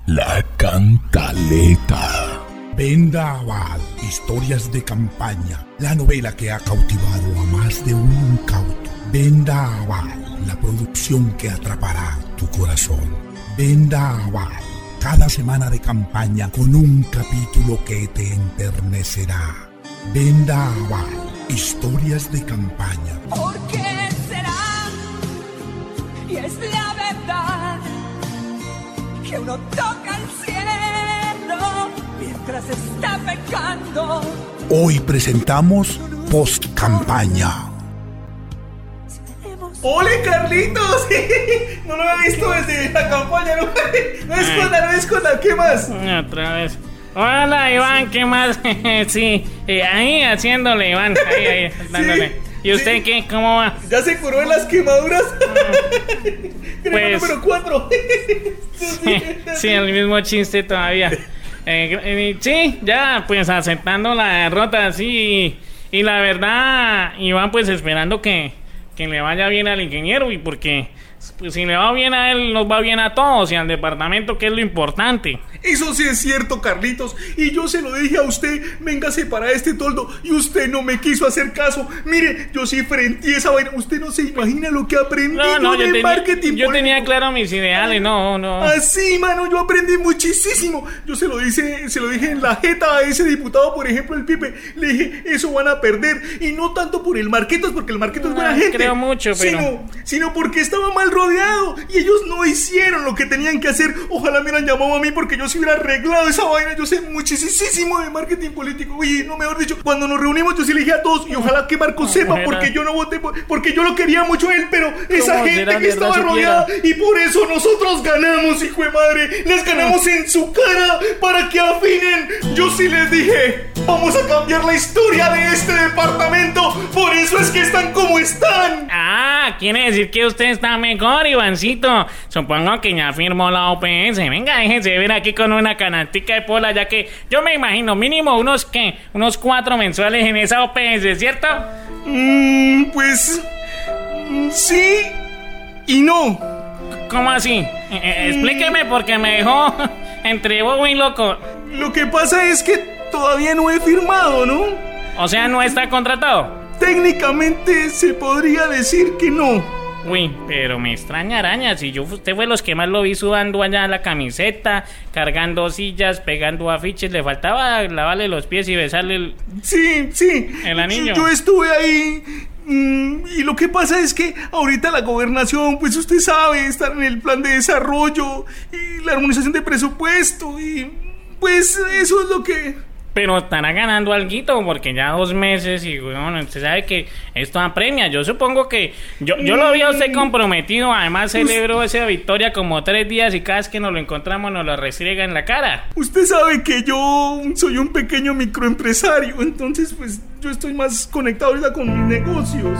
La Cantaleta. Vendaval, historias de campaña, la novela que ha cautivado a más de un incauto. Vendaval, la producción que atrapará tu corazón. Vendaval, cada semana de campaña con un capítulo que te enternecerá. Vendaval, historias de campaña. ¿Por qué será? Y es la verdad que uno toca el cielo mientras está pecando. Hoy presentamos Post Campaña. ¡Ole, Carlitos! No lo había visto desde la campaña, no esconda, ¿qué más? Otra vez. Hola, Iván, ¿qué más? Sí, ahí haciéndole, Iván, ahí, dándole. Sí, ¿Y usted sí. qué? ¿Cómo va? ¿Ya se curó en las quemaduras? Pues, número 4. Sí, el mismo chiste todavía. Sí, ya, pues aceptando la derrota, sí. Y la verdad, Iván, pues esperando que le vaya bien al ingeniero, y porque pues, si le va bien a él, nos va bien a todos y al departamento, que es lo importante. Eso sí es cierto, Carlitos. Y yo se lo dije a usted, véngase para este toldo, y usted no me quiso hacer caso. Mire, yo sí frenté esa vaina. Usted no se imagina lo que aprendí de marketing. Yo tenía claro mis ideales, no. Así, mano, yo aprendí muchísimo. Yo se lo dije en la jeta a ese diputado, por ejemplo, el Pipe. Le dije, eso van a perder. Y no tanto por el Marquetos, porque el Marquetos es buena gente. Creo mucho, pero... Sino porque estaba mal rodeado. Y ellos no hicieron lo que tenían que hacer. Ojalá me hubieran llamado a mí, porque yo sí hubiera arreglado esa vaina. Yo sé muchísimo de marketing político. Oye, no, mejor dicho, cuando nos reunimos yo sí le dije a todos, y ojalá que Marco sepa, porque yo no voté, porque yo lo quería mucho a él, pero esa gente que estaba rodeada, y por eso nosotros ganamos, hijo de madre. Les ganamos en su cara para que afinen. Yo sí les dije, vamos a cambiar la historia de este departamento. Por eso es que están como están. Ah, quiere decir que usted está mejor, Ivancito. Supongo que ya firmó la OPS. Venga, déjense ver aquí con una canastica de pola, ya que yo me imagino mínimo unos 4 mensuales en esa OPS, ¿cierto? Pues... sí y no. ¿Cómo así? Explíqueme, porque me dejó entre bobo y loco. Lo que pasa es que todavía no he firmado, ¿no? O sea, ¿no está contratado? Técnicamente se podría decir que no. Uy, pero me extraña, Araña. Si usted fue los que más lo vi sudando allá la camiseta, cargando sillas, pegando afiches. Le faltaba lavarle los pies y besarle el... Sí. El anillo. Yo estuve ahí. Y lo que pasa es que ahorita la gobernación, pues usted sabe, está en el plan de desarrollo y la armonización de presupuesto. Y pues eso es lo que... Pero estará ganando alguito, porque ya 2 meses y bueno, usted sabe que esto apremia. Yo supongo que yo lo vi a usted comprometido. Además celebró esa victoria como 3 días y cada vez que nos lo encontramos nos lo restriega en la cara. Usted sabe que yo soy un pequeño microempresario, entonces pues yo estoy más conectado ahorita con mis negocios.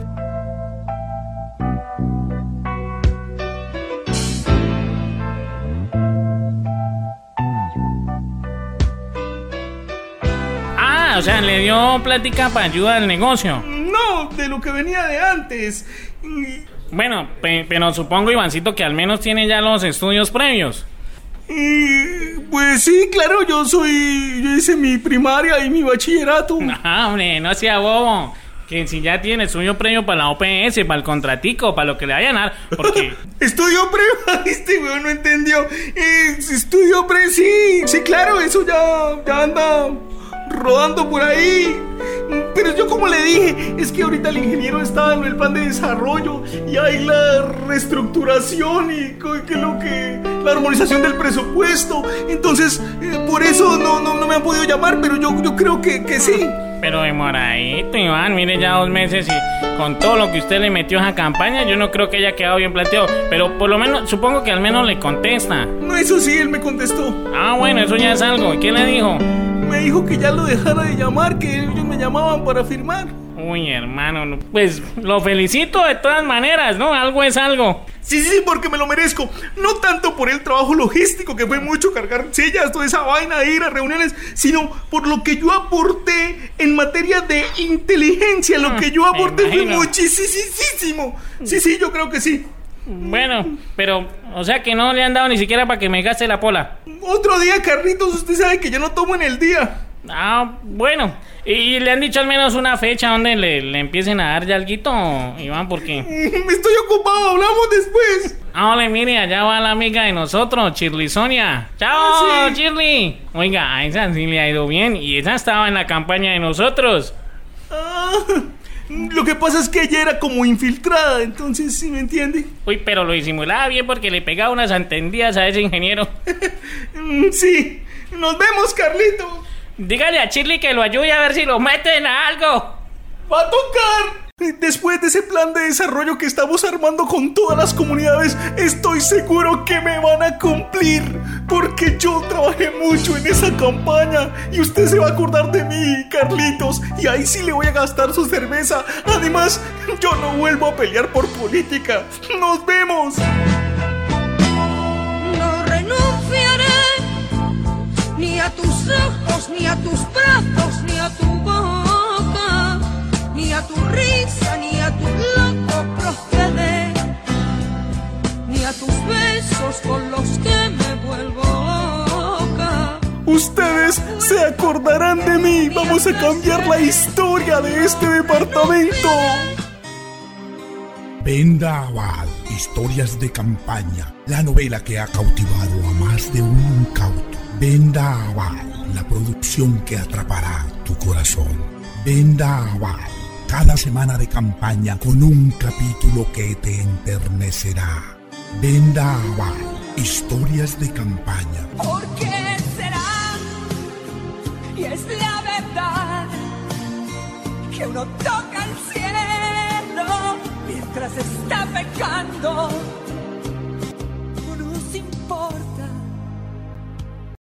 O sea, le dio plática para ayuda al negocio. No, de lo que venía de antes. Bueno, pero supongo, Ivancito, que al menos tiene ya los estudios previos. Pues sí, claro, yo hice mi primaria y mi bachillerato. No, hombre, no sea bobo. Que si ya tiene estudio previo para la OPS, para el contratico, para lo que le vayan a dar, porque... ¿Estudio previo? Este weón no entendió. Estudio previo, sí, claro, eso ya anda rodando por ahí. Pero yo, como le dije, es que ahorita el ingeniero está en el plan de desarrollo y hay la reestructuración y la armonización del presupuesto. Entonces, por eso no me han podido llamar, pero yo creo que sí. Pero demoradito, Iván, mire, ya 2 meses y con todo lo que usted le metió a esa campaña, yo no creo que haya quedado bien planteado. Pero por lo menos, supongo que al menos le contesta. No, eso sí, él me contestó. Ah, bueno, eso ya es algo. ¿Y qué le dijo? Me dijo que ya lo dejara de llamar, que ellos me llamaban para firmar. Uy, hermano, pues lo felicito de todas maneras, ¿no? Algo es algo. Sí, porque me lo merezco. No tanto por el trabajo logístico, que fue mucho cargar sillas, toda esa vaina de ir a reuniones, sino por lo que yo aporté en materia de inteligencia. Lo que yo aporté fue muchísimo. Sí, yo creo que sí. Bueno, pero, o sea que no le han dado ni siquiera para que me gaste la pola. Otro día, Carlitos, usted sabe que yo no tomo en el día. Ah, bueno. ¿Y le han dicho al menos una fecha donde le empiecen a dar ya alguito, Iván? Porque estoy ocupado, hablamos después. Ole, mire, allá va la amiga de nosotros, Shirley Sonia. ¡Chao, sí. Shirley! Oiga, a esa sí le ha ido bien y esa estaba en la campaña de nosotros. Lo que pasa es que ella era como infiltrada, entonces, ¿sí me entiende? Uy, pero lo disimulaba bien porque le pegaba unas entendidas a ese ingeniero. Sí, nos vemos, Carlitos. Dígale a Shirley que lo ayude a ver si lo meten a algo. ¡Va a tocar! Después de ese plan de desarrollo que estamos armando con todas las comunidades, estoy seguro que me van a cumplir, porque yo trabajé mucho en esa campaña y usted se va a acordar de mí, Carlitos, y ahí sí le voy a gastar su cerveza. Además, yo no vuelvo a pelear por política. ¡Nos vemos! No renunciaré ni a tus ojos, ni a tus brazos, ni a tu boca, ni a tu risa, ni a tu loco proceder, ni a tus besos con los que me vuelvo loca. Ustedes se acordarán de mí. Vamos a cambiar la historia de este departamento. Vendaval, historias de campaña, la novela que ha cautivado a más de un incauto. Vendaval, la producción que atrapará tu corazón. Vendaval, cada semana de campaña con un capítulo que te enternecerá. Vendaval, historias de campaña. ¿Por qué será? Y es la verdad que uno toca el cielo mientras está pecando.